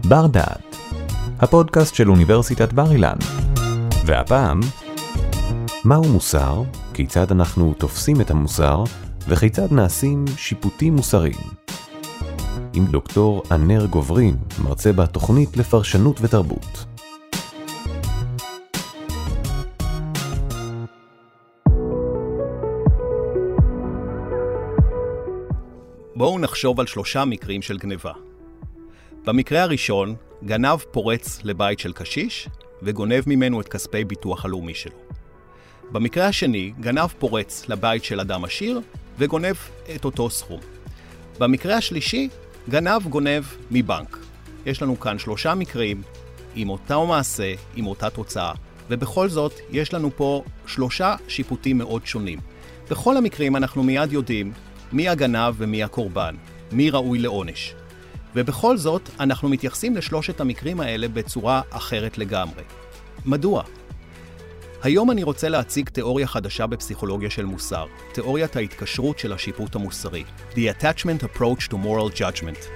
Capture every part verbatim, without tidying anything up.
בר דעת, הפודקאסט של אוניברסיטת בר אילן. והפעם, מהו מוסר, כיצד אנחנו תופסים את המוסר, וכיצד נעשים שיפוטים מוסריים. עם דוקטור ענר גוברין, מרצה בתוכנית לפרשנות ותרבות. בואו נחשוב על שלושה מקרים של גניבה. במקרה הראשון, גנב פורץ לבית של קשיש וגונב ממנו את כספי ביטוח הלאומי שלו. במקרה השני, גנב פורץ לבית של אדם עשיר וגונב את אותו סכום. במקרה השלישי, גנב גונב מבנק. יש לנו כאן שלושה מקרים עם אותו מעשה, עם אותה תוצאה, ובכל זאת יש לנו פה שלושה שיפוטים מאוד שונים. בכל המקרים אנחנו מיד יודעים מי הגנב ומי הקורבן, מי ראוי לעונש. ובכל זאת אנחנו מתייחסים לשלושת המקרים האלה בצורה אחרת לגמרי. מדוע? היום אני רוצה להציג תיאוריה חדשה בפסיכולוגיה של מוסר, תיאוריית ההתקשרות של השיפוט המוסרי, The Attachment Approach to Moral Judgment.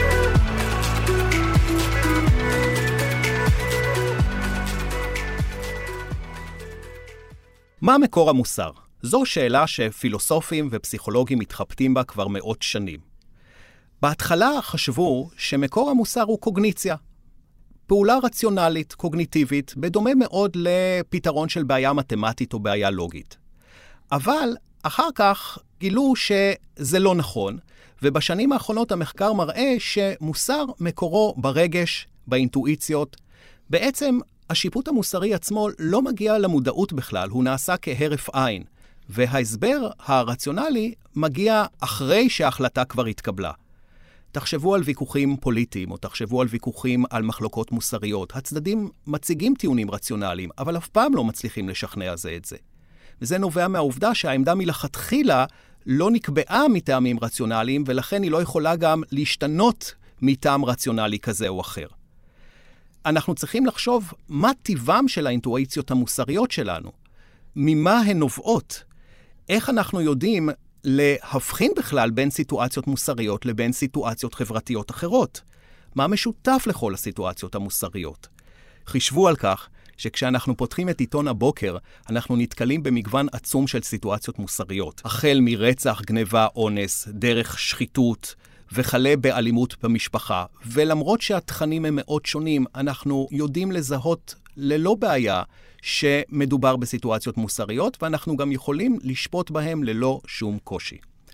מה מקור המוסר? זו שאלה שפילוסופים ופסיכולוגים מתחבטים בה כבר מאות שנים. בהתחלה חשבו שמקור המוסר הוא קוגניציה, פעולה רציונלית, קוגניטיבית, בדומה מאוד לפתרון של בעיה מתמטית או בעיה לוגית. אבל אחר כך גילו שזה לא נכון, ובשנים האחרונות המחקר מראה שמוסר מקורו ברגש, באינטואיציות. בעצם השיפוט המוסרי עצמו לא מגיע למודעות בכלל, הוא נעשה כהרף עין. וההסבר הרציונלי מגיע אחרי שההחלטה כבר התקבלה. תחשבו על ויכוחים פוליטיים, או תחשבו על ויכוחים על מחלוקות מוסריות. הצדדים מציגים טיעונים רציונליים, אבל אף פעם לא מצליחים לשכנע זה את זה. וזה נובע מהעובדה שהעמדה מלכתחילה לא נקבעה מטעמים רציונליים, ולכן היא לא יכולה גם להשתנות מטעם רציונלי כזה או אחר. אנחנו צריכים לחשוב מה טיבם של האינטואיציות המוסריות שלנו, ממה הן נובעות, איך אנחנו יודעים להבחין בכלל בין סיטואציות מוסריות לבין סיטואציות חברתיות אחרות. מה משותף לכל הסיטואציות המוסריות? חישבו על כך שכשאנחנו פותחים את עיתון הבוקר, אנחנו נתקלים במגוון עצום של סיטואציות מוסריות. החל מרצח, גניבה, אונס, דרך שחיתות וכלה באלימות במשפחה. ולמרות שהתכנים הם מאוד שונים, אנחנו יודעים לזהות ללא בעיה שמדובר בסיטואציות מוסריות, ואנחנו גם יכולים לשפוט בהם ללא שום קושי.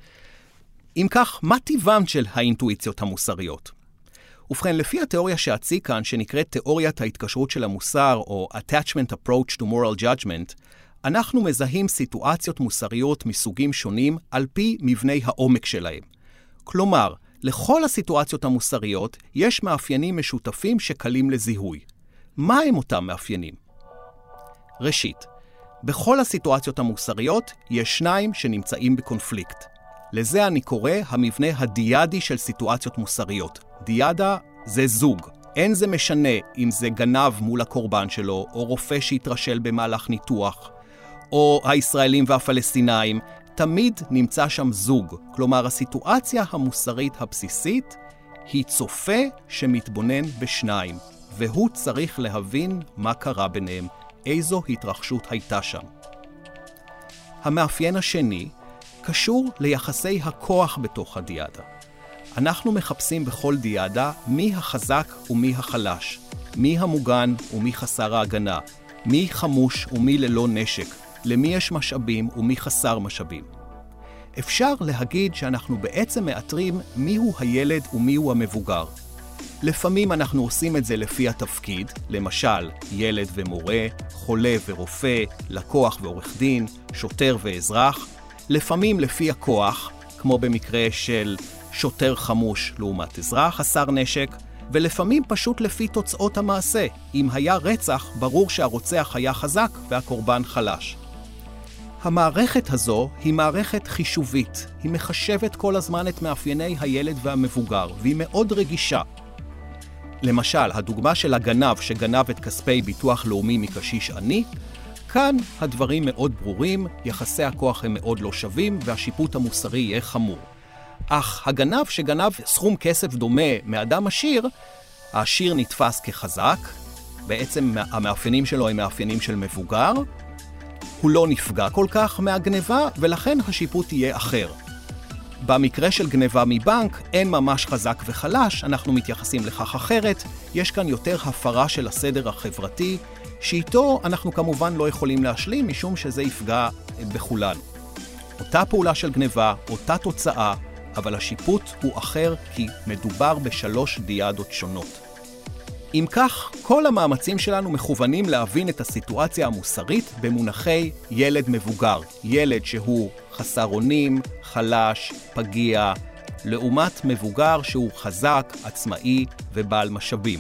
אם כך, מה טיבם של האינטואיציות המוסריות? ובכן, לפי התיאוריה שאציג כאן, שנקראת תיאוריית ההתקשרות של המוסר, או Attachment Approach to Moral Judgment, אנחנו מזהים סיטואציות מוסריות מסוגים שונים על פי מבני העומק שלהם. כלומר, לכל הסיטואציות המוסריות יש מאפיינים משותפים שקלים לזיהוי. מה הם אותם מאפיינים? ראשית, בכל הסיטואציות המוסריות יש שניים שנמצאים בקונפליקט. לזה אני קורא המבנה הדיאדי של סיטואציות מוסריות. דיאדה זה זוג. אין זה משנה אם זה גנב מול הקורבן שלו, או רופא שהתרשל במהלך ניתוח, או הישראלים והפלסטינאים, תמיד נמצא שם זוג. כלומר, הסיטואציה המוסרית הבסיסית היא צופה שמתבונן בשניים, והוא צריך להבין מה קרה ביניהם, איזו התרחשות הייתה שם. המאפיין השני קשור ליחסי הכוח בתוך הדיאדה. אנחנו מחפשים בכל דיאדה מי החזק ומי החלש, מי המוגן ומי חסר ההגנה, מי חמוש ומי ללא נשק, למי יש משאבים ומי חסר משאבים. אפשר להגיד שאנחנו בעצם מאתרים מיהו הילד ומיהו המבוגר. לפעמים אנחנו עושים את זה לפי התפקיד, למשל ילד ומורה, חולה ורופא, לקוח ועורך דין, שוטר ואזרח. לפעמים לפי הכוח, כמו במקרה של שוטר חמוש לעומת אזרח חסר נשק, ולפעמים פשוט לפי תוצאות המעשה. אם היה רצח, ברור שהרוצח היה חזק והקורבן חלש. המערכת הזו היא מערכת חישובית. היא מחשבת כל הזמן את מאפייני הילד והמבוגר, והיא מאוד רגישה. למשל, הדוגמה של הגנב שגנב את כספי ביטוח לאומי מקשיש עני, כאן הדברים מאוד ברורים, יחסי הכוח הם מאוד לא שווים, והשיפוט המוסרי יהיה חמור. אך הגנב שגנב סכום כסף דומה מאדם עשיר, העשיר נתפס כחזק, בעצם המאפיינים שלו הם מאפיינים של מבוגר, הוא לא נפגע כל כך מהגניבה, ולכן השיפוט יהיה אחר. במקרה של גניבה מבנק, אין ממש חזק וחלש, אנחנו מתייחסים לכך אחרת, יש כאן יותר הפרה של הסדר החברתי, שאיתו אנחנו כמובן לא יכולים להשלים, משום שזה יפגע בכולנו. אותה פעולה של גניבה, אותה תוצאה, אבל השיפוט הוא אחר כי מדובר בשלוש דיאדות שונות. אם כך, כל המאמצים שלנו מכוונים להבין את הסיטואציה המוסרית במונחי ילד מבוגר. ילד שהוא חסר אונים, חלש, פגיע, לעומת מבוגר שהוא חזק, עצמאי ובעל משאבים.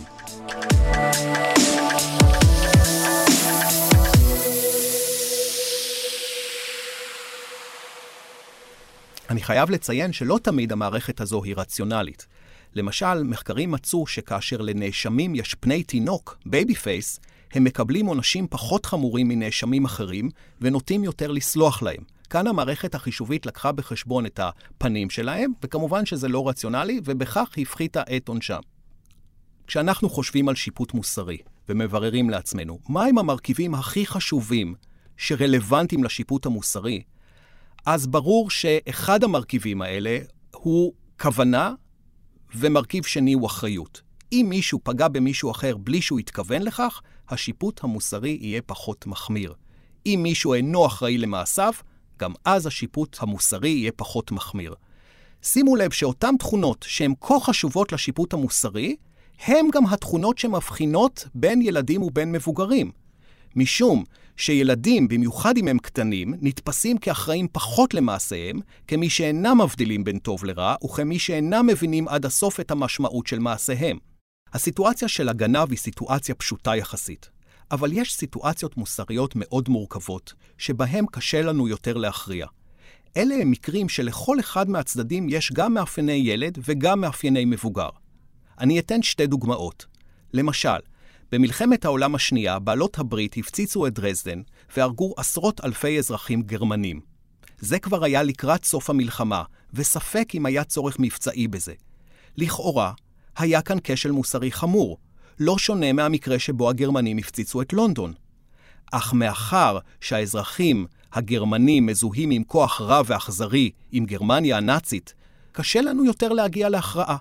אני חייב לציין שלא תמיד המערכת הזו היא רציונלית. למשל, מחקרים מצאו שכאשר לנאשמים יש פני תינוק, בייבי פייס, הם מקבלים עונשים פחות חמורים מנאשמים אחרים, ונוטים יותר לסלוח להם. כאן המערכת החישובית לקחה בחשבון את הפנים שלהם, וכמובן שזה לא רציונלי, ובכך הפחיתה את עונשם. כשאנחנו חושבים על שיפוט מוסרי, ומבררים לעצמנו, מהם המרכיבים הכי חשובים שרלוונטיים לשיפוט המוסרי, אז ברור שאחד המרכיבים האלה הוא כוונה, ומרכיב שני הוא אחריות. אם מישהו פגע במישהו אחר בלי שהוא יתכוון לכך, השיפוט המוסרי יהיה פחות מחמיר. אם מישהו אינו אחראי למעשיו, גם אז השיפוט המוסרי יהיה פחות מחמיר. שימו לב שאותן תכונות שהן כה חשובות לשיפוט המוסרי, הן גם התכונות שמבחינות בין ילדים ובין מבוגרים. משום שילדים, במיוחד אם הם קטנים, נתפסים כאחראים פחות למעשיהם, כמי שאינם מבדילים בין טוב לרע, וכמי שאינם מבינים עד הסוף את המשמעות של מעשיהם. הסיטואציה של הגנב היא סיטואציה פשוטה יחסית. אבל יש סיטואציות מוסריות מאוד מורכבות, שבהם קשה לנו יותר להכריע. אלה הם מקרים שלכל אחד מהצדדים יש גם מאפייני ילד וגם מאפייני מבוגר. אני אתן שתי דוגמאות. למשל, במלחמת העולם השנייה, בעלות הברית הפציצו את דרזדן והרגו עשרות אלפי אזרחים גרמנים. זה כבר היה לקראת סוף המלחמה, וספק אם היה צורך מבצעי בזה. לכאורה, היה כאן כשל מוסרי חמור, לא שונה מהמקרה שבו הגרמנים הפציצו את לונדון. אך מאחר שהאזרחים הגרמנים מזוהים עם כוח רע ואכזרי עם גרמניה הנאצית, קשה לנו יותר להגיע להכרעה.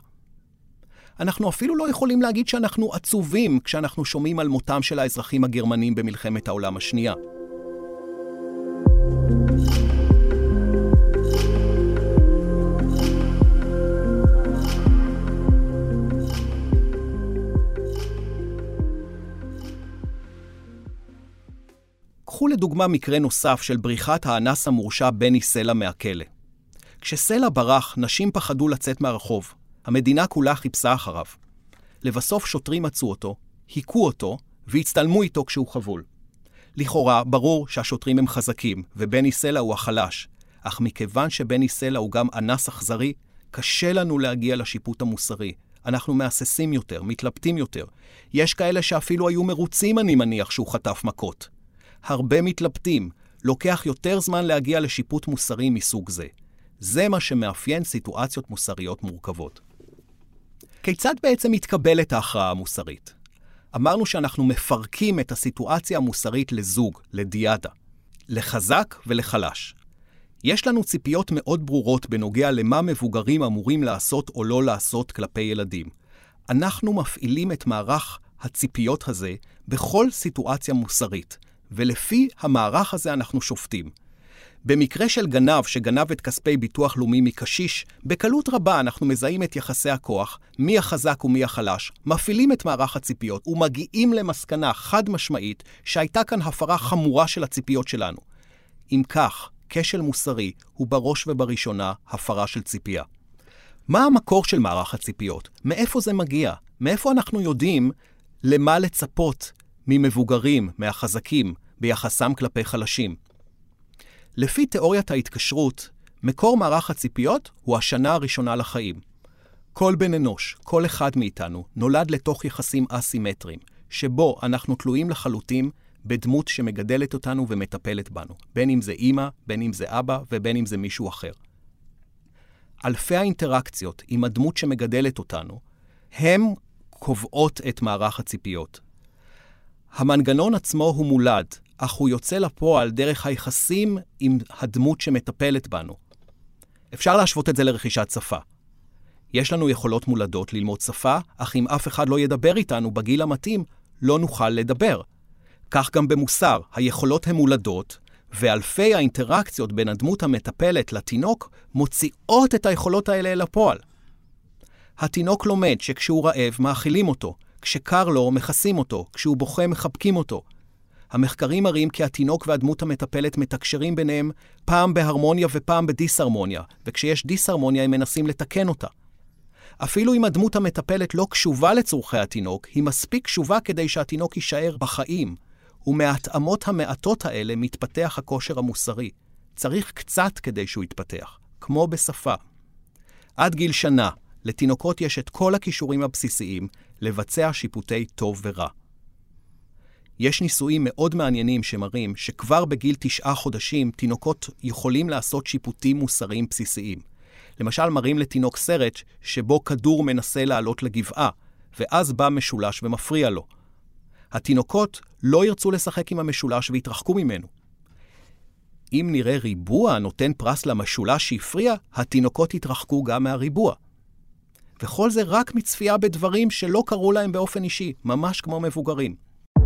אנחנו אפילו לא יכולים להגיד שאנחנו עצובים כשאנחנו שומעים על מותם של האזרחים הגרמנים במלחמת העולם השנייה. קחו לדוגמה מקרה נוסף של בריחת האנס המורשע בני סלע מהכלא. כשסלע ברח, נשים פחדו לצאת מהרחוב. המדינה כולה חיפשה אחריו. לבסוף שוטרים מצאו אותו, היכו אותו והצטלמו איתו כשהוא חבול. לכאורה ברור שהשוטרים הם חזקים ובני סלע הוא החלש, אך מכיוון שבני סלע הוא גם אנס אכזרי, קשה לנו להגיע לשיפוט המוסרי. אנחנו מאססים יותר, מתלבטים יותר. יש כאלה שאפילו היו מרוצים, אני מניח, שהוא חטף מכות. הרבה מתלבטים, לוקח יותר זמן להגיע לשיפוט מוסרי מסוג זה. זה מה שמאפיין סיטואציות מוסריות מורכבות. כיצד בעצם מתקבלת ההכרעה המוסרית? אמרנו שאנחנו מפרקים את הסיטואציה המוסרית לזוג, לדיאדה, לחזק ולחלש. יש לנו ציפיות מאוד ברורות בנוגע למה מבוגרים אמורים לעשות או לא לעשות כלפי ילדים. אנחנו מפעילים את מערך הציפיות הזה בכל סיטואציה מוסרית, ולפי המערך הזה אנחנו שופטים. במקרה של גנב שגנב את כספי ביטוח לאומי מקשיש, בקלות רבה אנחנו מזהים את יחסי הכוח, מי החזק ומי החלש, מפעילים את מערך הציפיות ומגיעים למסקנה חד משמעית שהייתה כאן הפרה חמורה של הציפיות שלנו. אם כך, כשל מוסרי הוא בראש ובראשונה הפרה של ציפייה. מה המקור של מערך הציפיות? מאיפה זה מגיע? מאיפה אנחנו יודעים למה לצפות ממבוגרים, מהחזקים, ביחסם כלפי חלשים? לפי תיאוריית ההתקשרות, מקור מערך הציפיות הוא השנה הראשונה לחיים. כל בן אנוש, כל אחד מאיתנו, נולד לתוך יחסים אסימטריים, שבו אנחנו תלויים לחלוטין בדמות שמגדלת אותנו ומטפלת בנו, בין אם זה אמא, בין אם זה אבא ובין אם זה מישהו אחר. אלפי האינטראקציות עם הדמות שמגדלת אותנו, הם קובעות את מערך הציפיות. המנגנון עצמו הוא מולד, אך הוא יוצא לפועל דרך היחסים עם הדמות שמטפלת בנו. אפשר להשוות את זה לרכישת שפה. יש לנו יכולות מולדות ללמוד שפה, אך אם אף אחד לא ידבר איתנו בגיל המתאים, לא נוכל לדבר. כך גם במוסר, היכולות הן מולדות, ואלפי האינטראקציות בין הדמות המטפלת לתינוק מוציאות את היכולות האלה אל הפועל. התינוק לומד שכשהוא רעב מאכילים אותו, כשקר לו מכסים אותו, כשהוא בוכה מחבקים אותו. המחקרים מראים כי התינוק והדמות המטפלת מתקשרים ביניהם פעם בהרמוניה ופעם בדיסהרמוניה, וכשיש דיסהרמוניה הם מנסים לתקן אותה. אפילו אם הדמות המטפלת לא קשובה לצורכי התינוק, היא מספיק קשובה כדי שהתינוק יישאר בחיים, ומההתאמות המעטות האלה מתפתח הכושר המוסרי. צריך קצת כדי שהוא יתפתח, כמו בשפה. עד גיל שנה, לתינוקות יש את כל הכישורים הבסיסיים לבצע שיפוטי טוב ורע. יש ניסויים מאוד מעניינים שמראים שכבר בגיל תשעה חודשים תינוקות יכולים לעשות שיפוטים מוסריים בסיסיים. למשל מראים לתינוק סרט שבו כדור מנסה לעלות לגבעה, ואז בא משולש ומפריע לו. התינוקות לא ירצו לשחק עם המשולש והתרחקו ממנו. אם נראה ריבוע נותן פרס למשולש שהפריע, התינוקות יתרחקו גם מהריבוע. וכל זה רק מצפייה בדברים שלא קראו להם באופן אישי, ממש כמו מבוגרים.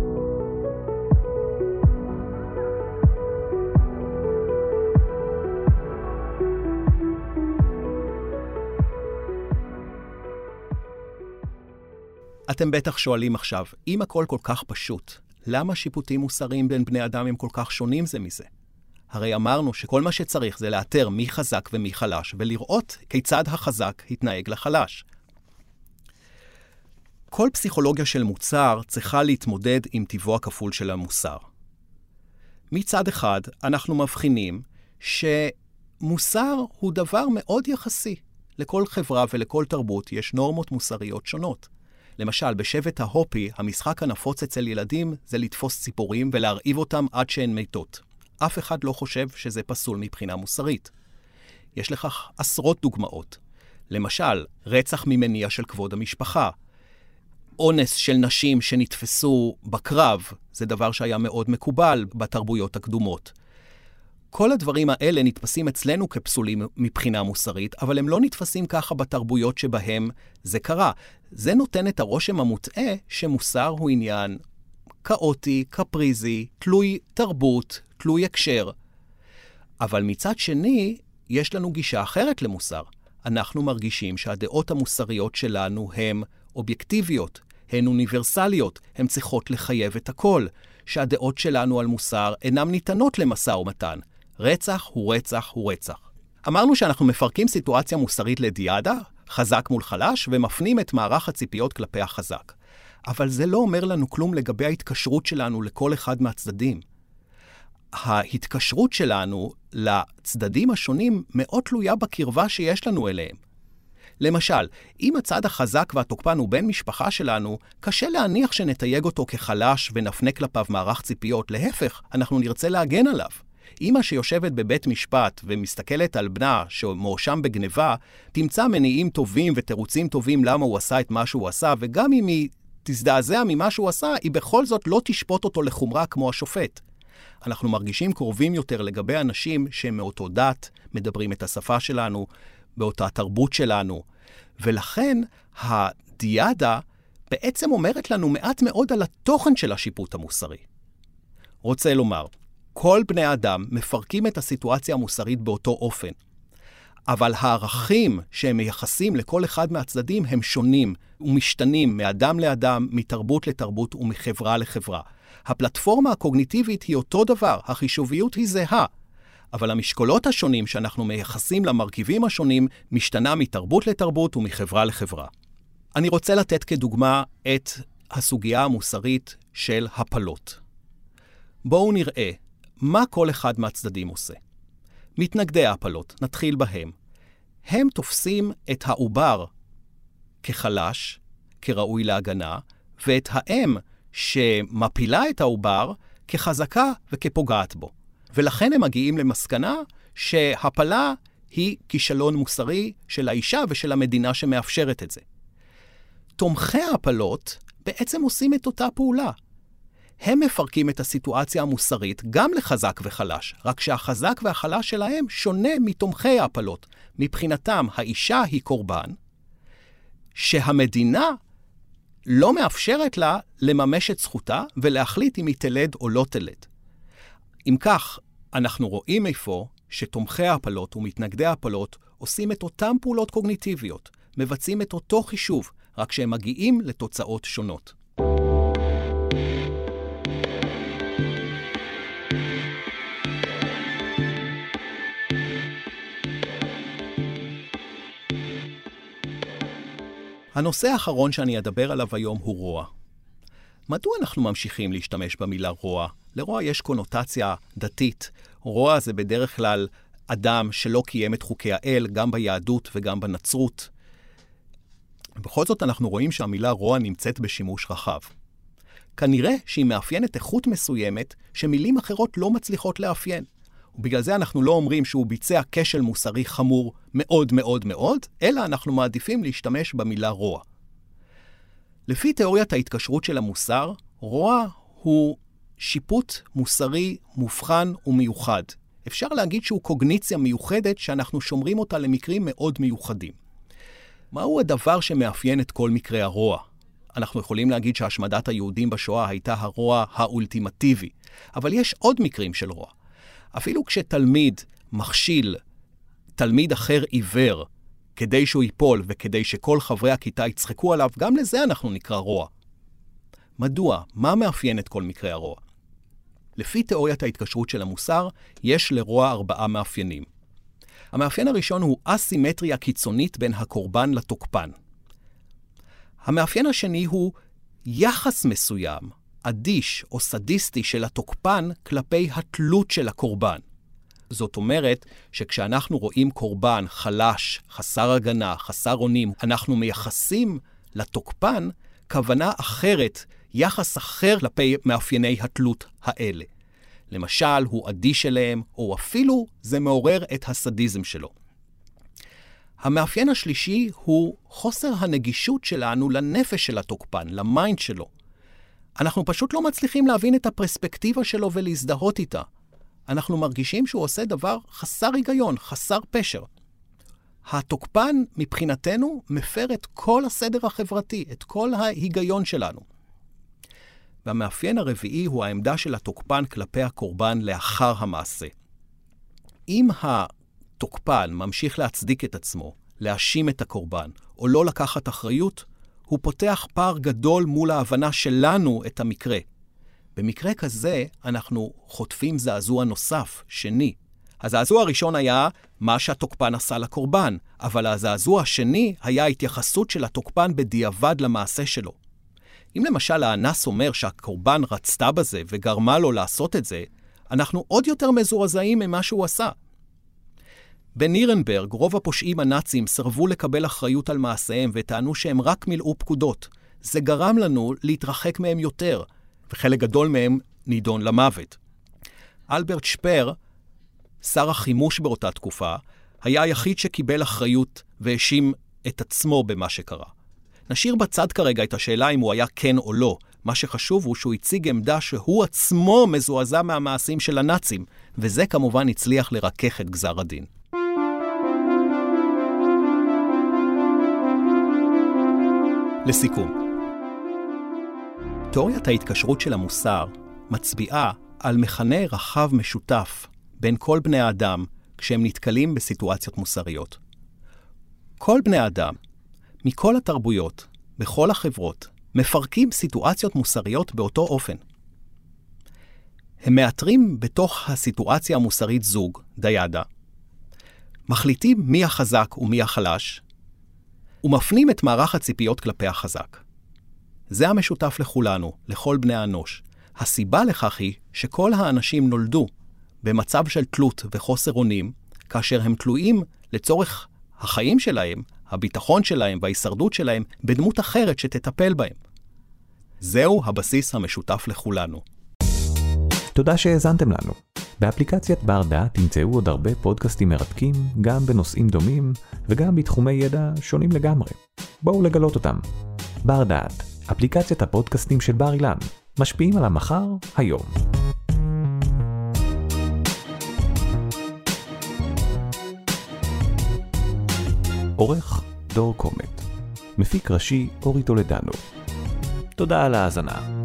אתם בטח שואלים עכשיו, אם הכל כל כך פשוט, למה שיפוטים מוסריים בין בני אדם הם כל כך שונים זה מזה? הרי אמרנו שכל מה שצריך זה לאתר מי חזק ומי חלש, ולראות כיצד החזק התנהג לחלש. כל פסיכולוגיה של מוצר צריכה להתמודד עם טבעו הכפול של המוסר. מצד אחד, אנחנו מבחינים שמוסר הוא דבר מאוד יחסי. לכל חברה ולכל תרבות יש נורמות מוסריות שונות. למשל, בשבט ההופי, המשחק הנפוץ אצל ילדים זה לתפוס ציפורים ולהרעיב אותם עד שהן מתות. אף אחד לא חושב שזה פסול מבחינה מוסרית. יש לכך עשרות דוגמאות. למשל, רצח ממניע של כבוד המשפחה. אונס של נשים שנתפסו בקרב, זה דבר שהיה מאוד מקובל בתרבויות הקדומות. כל הדברים האלה נתפסים אצלנו כפסולים מבחינה מוסרית, אבל הם לא נתפסים ככה בתרבויות שבהם זה קרה. זה נותן את הרושם המוטעה שמוסר הוא עניין כאוטי, קפריזי, תלוי תרבות, תלוי הקשר. אבל מצד שני, יש לנו גישה אחרת למוסר. אנחנו מרגישים שהדעות המוסריות שלנו הן אובייקטיביות, הן אוניברסליות, הן צריכות לחייב את הכל, שהדעות שלנו על מוסר אינם ניתנות למשא ומתן. רצח הוא רצח הוא רצח. אמרנו שאנחנו מפרקים סיטואציה מוסרית לדיאדה, חזק מול חלש, ומפנים את מערך הציפיות כלפי החזק. אבל זה לא אומר לנו כלום לגבי ההתקשרות שלנו לכל אחד מהצדדים. ההתקשרות שלנו לצדדים השונים מאוד תלויה בקרבה שיש לנו אליהם. למשל, אם הצד החזק והתוקפן הוא בן משפחה שלנו, קשה להניח שנתייג אותו כחלש ונפנה כלפיו מערך ציפיות. להפך, אנחנו נרצה להגן עליו. אמא שיושבת בבית משפט ומסתכלת על בנה שמואשם בגניבה, תמצא מניעים טובים ותירוצים טובים למה הוא עשה את מה שהוא עשה, וגם אם היא תזדעזע ממה שהוא עשה, היא בכל זאת לא תשפוט אותו לחומרה כמו השופט. אנחנו מרגישים קרובים יותר לגבי אנשים שהם מאותו דת, מדברים את השפה שלנו, באותה תרבות שלנו, ולכן הדיאדה בעצם אומרת לנו מעט מאוד על התוכן של השיפוט המוסרי. רוצה לומר, כל בני האדם מפרקים את הסיטואציה המוסרית באותו אופן, אבל הערכים שהם מייחסים לכל אחד מהצדדים הם שונים ומשתנים מאדם לאדם, מתרבות לתרבות ומחברה לחברה. הפלטפורמה הקוגניטיבית היא אותו דבר, החישוביות היא זהה, אבל המשקולות השונים שאנחנו מייחסים למרכיבים השונים משתנה מתרבות לתרבות ומחברה לחברה. אני רוצה לתת כדוגמה את הסוגיה המוסרית של הפלות. בואו נראה מה כל אחד מהצדדים עושה. מתנגדי ההפלות, נתחיל בהם. הם תופסים את העובר כחלש, כראוי להגנה, ואת האם שמפילה את העובר כחזקה וכפוגעת בו. ולכן הם מגיעים למסקנה שהפלה היא כישלון מוסרי של האישה ושל המדינה שמאפשרת את זה. תומכי ההפלות בעצם עושים את אותה פעולה. הם מפרקים את הסיטואציה המוסרית גם לחזק וחלש, רק שהחזק והחלש שלהם שונה מתומכי ההפלות. מבחינתם, האישה היא קורבן, שהמדינה לא מאפשרת לה לממש את זכותה ולהחליט אם היא תלד או לא תלד. אם כך, אנחנו רואים איפה שתומכי ההפלות ומתנגדי ההפלות עושים את אותם פעולות קוגניטיביות, מבצעים את אותו חישוב, רק שהם מגיעים לתוצאות שונות. הנושא האחרון שאני אדבר עליו היום הוא רוע. מדוע אנחנו ממשיכים להשתמש במילה רוע? לרוע יש קונוטציה דתית. רוע זה בדרך כלל אדם שלא קיים את חוקי האל, גם ביהדות וגם בנצרות. בכל זאת אנחנו רואים שהמילה רוע נמצאת בשימוש רחב. כנראה שהיא מאפיינת איכות מסוימת שמילים אחרות לא מצליחות לאפיין. ובגלל זה אנחנו לא אומרים שהוא ביצע כשל מוסרי חמור מאוד מאוד מאוד, אלא אנחנו מעדיפים להשתמש במילה רוע. לפי תיאוריית ההתקשרות של המוסר, רוע הוא שיפוט מוסרי מובחן ומיוחד. אפשר להגיד שהוא קוגניציה מיוחדת שאנחנו שומרים אותה למקרים מאוד מיוחדים. מהו הדבר שמאפיין את כל מקרה הרוע? אנחנו יכולים להגיד שהשמדת היהודים בשואה הייתה הרוע האולטימטיבי, אבל יש עוד מקרים של רוע. אפילו כשתלמיד מכשיל תלמיד אחר עיוור כדי שהוא ייפול וכדי שכל חברי הכיתה יצחקו עליו, גם לזה אנחנו נקרא רוע. מדוע? מה מאפיין את כל מקרה הרוע? לפי תיאוריית ההתקשרות של המוסר, יש לרוע ארבעה מאפיינים. המאפיין הראשון הוא אסימטריה קיצונית בין הקורבן לתוקפן. המאפיין השני הוא יחס מסוים, אדיש או סדיסטי של התוקפן כלפי התלות של הקורבן. זאת אומרת שכשאנחנו רואים קורבן חלש, חסר הגנה, חסר אונים, אנחנו מייחסים לתוקפן כוונה אחרת, יחס אחר כלפי מאפייני התלות האלה. למשל, הוא אדיש אליהם, או אפילו זה מעורר את הסדיזם שלו. המאפיין השלישי הוא חוסר הנגישות שלנו לנפש של התוקפן, למיינד שלו. אנחנו פשוט לא מצליחים להבין את הפרספקטיבה שלו ולהזדהות איתה. אנחנו מרגישים שהוא עושה דבר חסר היגיון, חסר פשר. התוקפן מבחינתנו מפר את כל הסדר החברתי, את כל ההיגיון שלנו. והמאפיין הרביעי הוא העמדה של התוקפן כלפי הקורבן לאחר המעשה. אם התוקפן ממשיך להצדיק את עצמו, להאשים את הקורבן, או לא לקחת אחריות, הוא פותח פער גדול מול ההבנה שלנו את המקרה. במקרה כזה אנחנו חוטפים זעזוע נוסף, שני. הזעזוע הראשון היה מה שהתוקפן עשה לקורבן, אבל הזעזוע השני היה התייחסות של התוקפן בדיעבד למעשה שלו. אם למשל האנס אומר שהקורבן רצתה בזה וגרמה לו לעשות את זה, אנחנו עוד יותר מזועזעים ממה שהוא עשה. בנירנברג, רוב הפושעים הנאצים סרבו לקבל אחריות על מעשיהם וטענו שהם רק מילאו פקודות. זה גרם לנו להתרחק מהם יותר, וחלק גדול מהם נידון למוות. אלברט שפר, שר החימוש באותה תקופה, היה היחיד שקיבל אחריות והאשים את עצמו במה שקרה. נשאיר בצד כרגע את השאלה אם הוא היה כן או לא. מה שחשוב הוא שהוא הציג עמדה שהוא עצמו מזועזע מהמעשים של הנאצים, וזה כמובן הצליח לרכך את גזר הדין. לסיכום, תיאוריית ההתקשרות של המוסר מצביעה על מכנה רחב משותף בין כל בני האדם כשהם נתקלים בסיטואציות מוסריות. כל בני האדם, מכל התרבויות, בכל החברות, מפרקים סיטואציות מוסריות באותו אופן. הם מאתרים בתוך הסיטואציה המוסרית זוג, דיידה, מחליטים מי החזק ומי החלש, ומפנים את מערך הציפיות כלפי החזק. זה המשותף לכולנו, לכל בני האנוש. הסיבה לכך היא שכל האנשים נולדו במצב של תלות וחוסר אונים, כאשר הם תלויים לצורך החיים שלהם, הביטחון שלהם וההישרדות שלהם, בדמות אחרת שתטפל בהם. זהו הבסיס המשותף לכולנו. תודה שהאזנתם לנו. באפליקציית בר דעת תמצאו עוד הרבה פודקאסטים מרתקים, גם בנושאים דומים וגם בתחומי ידע שונים לגמרי. בואו לגלות אותם. בר דעת, אפליקציית הפודקאסטים של בר אילן, משפיעים על המחר היום. עורך דור קומט, מפיק ראשי אורי טולדנו. תודה על ההאזנה.